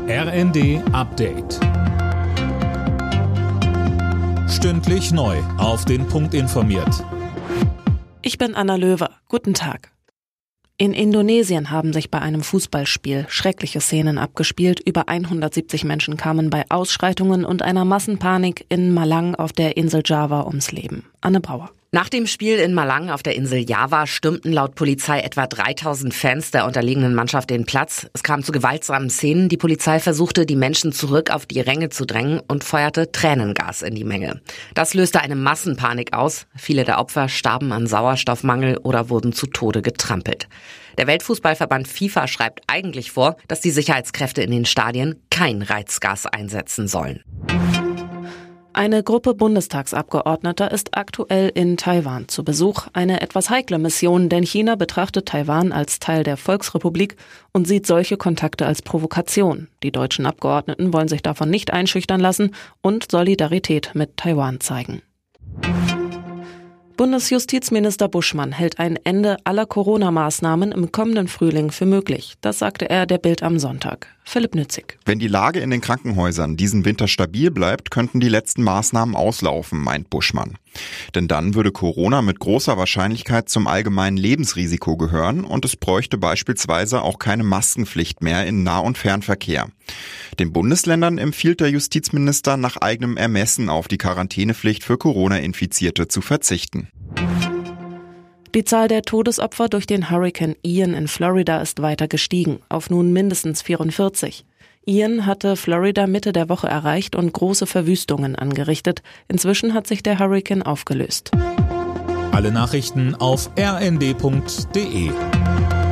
RND Update. Stündlich neu auf den Punkt informiert. Ich bin Anna Löwer. Guten Tag. In Indonesien haben sich bei einem Fußballspiel schreckliche Szenen abgespielt. Über 170 Menschen kamen bei Ausschreitungen und einer Massenpanik in Malang auf der Insel Java ums Leben. Anne Brauer. Nach dem Spiel in Malang auf der Insel Java stürmten laut Polizei etwa 3000 Fans der unterlegenen Mannschaft den Platz. Es kam zu gewaltsamen Szenen. Die Polizei versuchte, die Menschen zurück auf die Ränge zu drängen und feuerte Tränengas in die Menge. Das löste eine Massenpanik aus. Viele der Opfer starben an Sauerstoffmangel oder wurden zu Tode getrampelt. Der Weltfußballverband FIFA schreibt eigentlich vor, dass die Sicherheitskräfte in den Stadien kein Reizgas einsetzen sollen. Eine Gruppe Bundestagsabgeordneter ist aktuell in Taiwan zu Besuch. Eine etwas heikle Mission, denn China betrachtet Taiwan als Teil der Volksrepublik und sieht solche Kontakte als Provokation. Die deutschen Abgeordneten wollen sich davon nicht einschüchtern lassen und Solidarität mit Taiwan zeigen. Bundesjustizminister Buschmann hält ein Ende aller Corona-Maßnahmen im kommenden Frühling für möglich. Das sagte er der Bild am Sonntag. Philipp Nützig. Wenn die Lage in den Krankenhäusern diesen Winter stabil bleibt, könnten die letzten Maßnahmen auslaufen, meint Buschmann. Denn dann würde Corona mit großer Wahrscheinlichkeit zum allgemeinen Lebensrisiko gehören und es bräuchte beispielsweise auch keine Maskenpflicht mehr in Nah- und Fernverkehr. Den Bundesländern empfiehlt der Justizminister nach eigenem Ermessen auf die Quarantänepflicht für Corona-Infizierte zu verzichten. Die Zahl der Todesopfer durch den Hurrikan Ian in Florida ist weiter gestiegen, auf nun mindestens 44. Ian hatte Florida Mitte der Woche erreicht und große Verwüstungen angerichtet. Inzwischen hat sich der Hurrikan aufgelöst. Alle Nachrichten auf rnd.de.